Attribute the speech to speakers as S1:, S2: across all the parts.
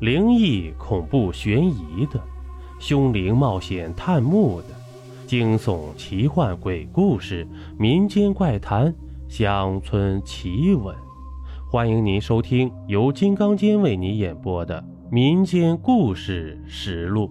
S1: 灵异、恐怖、悬疑的，凶灵冒险探墓的，惊悚、奇幻、鬼故事、民间怪谈、乡村奇闻。欢迎您收听由金刚间为你演播的民间故事实录。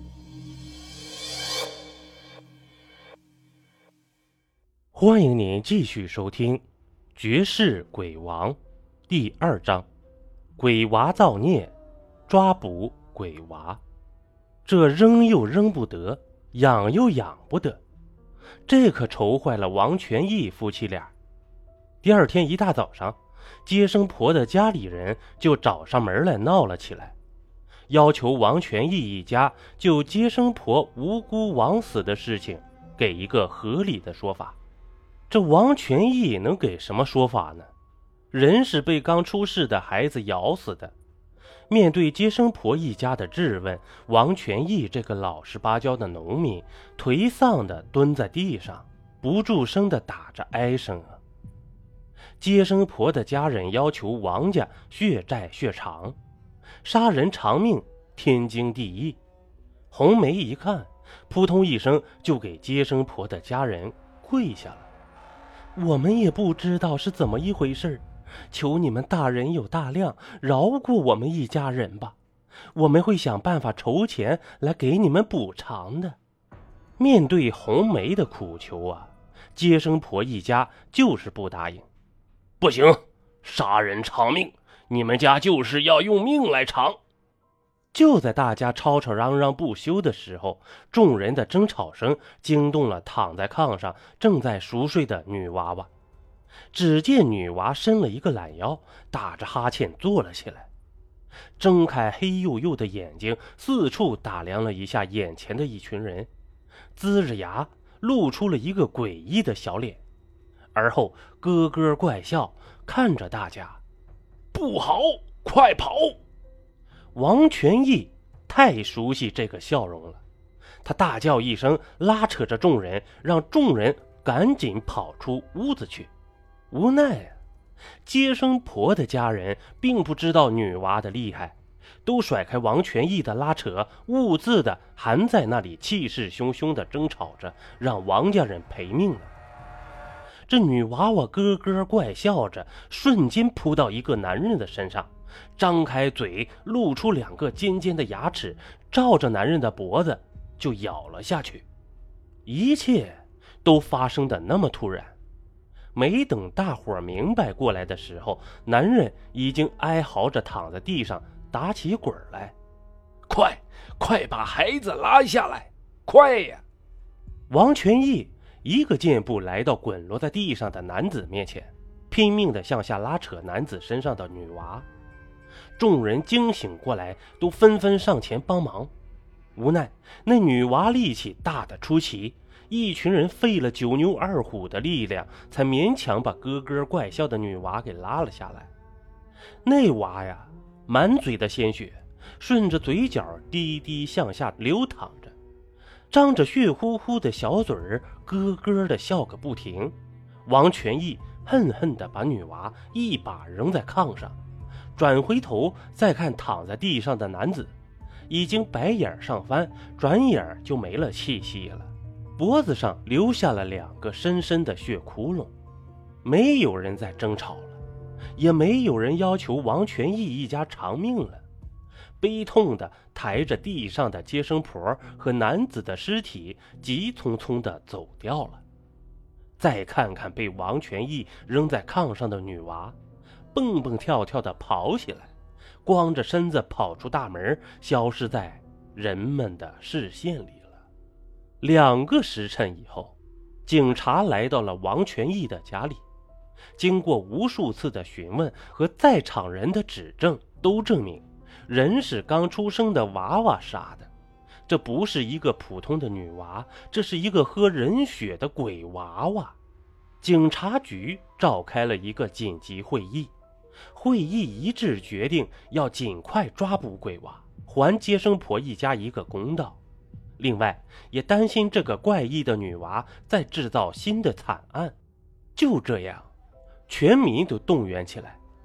S1: 欢迎您继续收听绝世鬼王第2章，鬼娃造孽，抓捕鬼娃。这扔又扔不得，养又养不得，这可愁坏了王全义夫妻俩。第二天一大早上，接生婆的家里人就找上门来闹了起来，要求王全义一家就接生婆无辜枉死的事情给一个合理的说法。这王全义能给什么说法呢？人是被刚出世的孩子咬死的。面对接生婆一家的质问，王全义这个老实巴交的农民颓丧地蹲在地上，不住声地打着哀声啊。接生婆的家人要求王家血债血偿，杀人偿命，天经地义。红梅一看，扑通一声就给接生婆的家人跪下了。我们也不知道是怎么一回事，求你们大人有大量，饶过我们一家人吧，我们会想办法筹钱来给你们补偿的。面对红梅的苦求啊，接生婆一家就是不答应。
S2: 不行，杀人偿命，你们家就是要用命来偿。
S1: 就在大家吵吵嚷嚷不休的时候，众人的争吵声惊动了躺在炕上正在熟睡的女娃娃。只见女娃伸了一个懒腰，打着哈欠坐了起来，睁开黑黝黝的眼睛，四处打量了一下眼前的一群人，呲着牙露出了一个诡异的小脸，而后咯咯怪笑，看着大家。
S2: 不好，快跑！
S1: 王全义太熟悉这个笑容了，他大叫一声，拉扯着众人，让众人赶紧跑出屋子去。无奈啊，接生婆的家人并不知道女娃的厉害，都甩开王全义的拉扯，兀自的还在那里气势汹汹的争吵着，让王家人赔命了。这女娃娃咯咯怪笑着，瞬间扑到一个男人的身上，张开嘴，露出2个尖尖的牙齿，照着男人的脖子就咬了下去。一切都发生的那么突然，没等大伙明白过来的时候，男人已经哀嚎着躺在地上打起滚来。
S2: 快把孩子拉下来，快呀！
S1: 王全义一个箭步来到滚落在地上的男子面前，拼命地向下拉扯男子身上的女娃。众人惊醒过来，都纷纷上前帮忙。无奈那女娃力气大得出奇，一群人费了9牛2虎的力量，才勉强把咯咯怪笑的女娃给拉了下来。那娃呀，满嘴的鲜血顺着嘴角滴滴向下流淌着，张着血乎乎的小嘴儿，咯咯的笑个不停。王全义恨恨地把女娃一把扔在炕上，转回头再看躺在地上的男子，已经白眼上翻，转眼就没了气息了，脖子上留下了2个深深的血窟窿。没有人再争吵了，也没有人要求王全义一家偿命了，悲痛地抬着地上的接生婆和男子的尸体，急匆匆地走掉了。再看看被王全义扔在炕上的女娃，蹦蹦跳跳地跑起来，光着身子跑出大门，消失在人们的视线里了。2个时辰以后，警察来到了王全义的家里，经过无数次的询问和在场人的指证，都证明人是刚出生的娃娃杀的，这不是一个普通的女娃，这是一个喝人血的鬼娃娃。警察局召开了一个紧急会议，会议一致决定要尽快抓捕鬼娃，还接生婆一家一个公道。另外也担心这个怪异的女娃再制造新的惨案。就这样，全民都动员起来，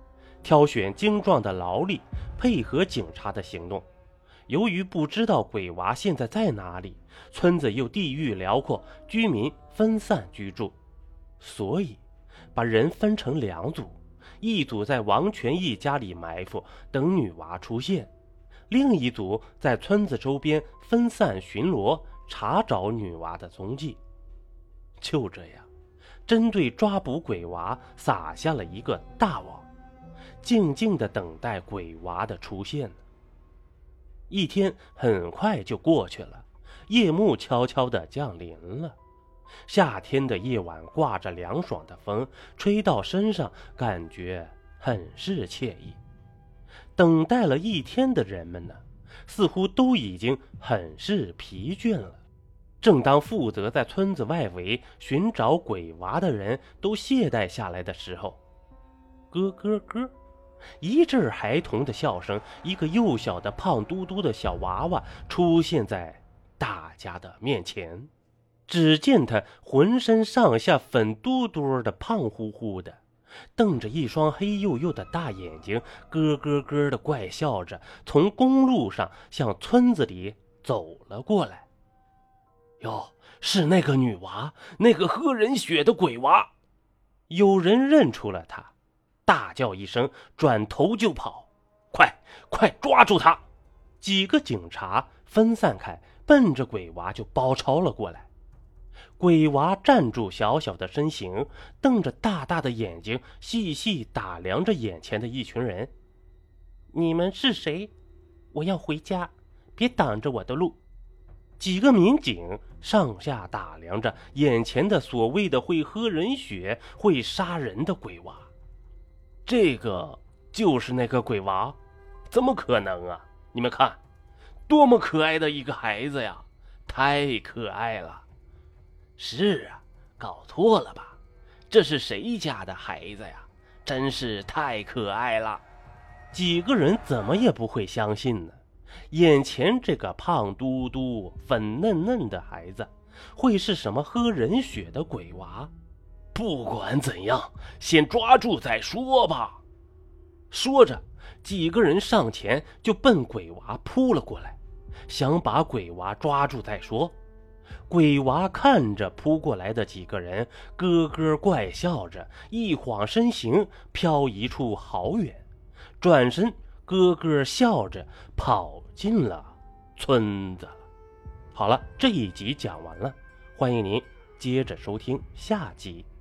S1: 挑选精壮的劳力，配合警察的行动。由于不知道鬼娃现在在哪里，村子又地域辽阔，居民分散居住，所以把人分成2组，一组在王全义家里埋伏，等女娃出现，另一组在村子周边分散巡逻，查找女娃的踪迹。就这样，针对抓捕鬼娃撒下了一个大网，静静地等待鬼娃的出现。一天很快就过去了，夜幕悄悄地降临了。夏天的夜晚挂着凉爽的风，吹到身上感觉很是惬意。等待了一天的人们呢，似乎都已经很是疲倦了。正当负责在村子外围寻找鬼娃的人都懈怠下来的时候，咯咯咯，一阵孩童的笑声，一个幼小的胖嘟嘟的小娃娃出现在大家的面前。只见他浑身上下粉嘟嘟的，胖乎乎的，瞪着一双黑黝黝的大眼睛，咯咯咯的怪笑着，从公路上向村子里走了过来。
S2: 哟，是那个女娃，那个喝人血的鬼娃。
S1: 有人认出了他，大叫一声，转头就跑。
S2: 快抓住他！
S1: 几个警察分散开，奔着鬼娃就包抄了过来。鬼娃站住小小的身形，瞪着大大的眼睛，细细打量着眼前的一群人。你们是谁？我要回家，别挡着我的路。几个民警上下打量着眼前的所谓的会喝人血、会杀人的鬼娃。
S2: 这个就是那个鬼娃？怎么可能啊？你们看，多么可爱的一个孩子呀，太可爱了。是啊，搞错了吧？这是谁家的孩子呀？真是太可爱了。
S1: 几个人怎么也不会相信呢，眼前这个胖嘟嘟粉嫩嫩的孩子会是什么喝人血的鬼娃？
S2: 不管怎样，先抓住再说吧。
S1: 说着，几个人上前就奔鬼娃扑了过来，想把鬼娃抓住再说。鬼娃看着扑过来的几个人，咯咯怪笑着，一晃身形飘移处好远，转身咯咯笑着跑进了村子了。好了，这一集讲完了，欢迎您接着收听下集。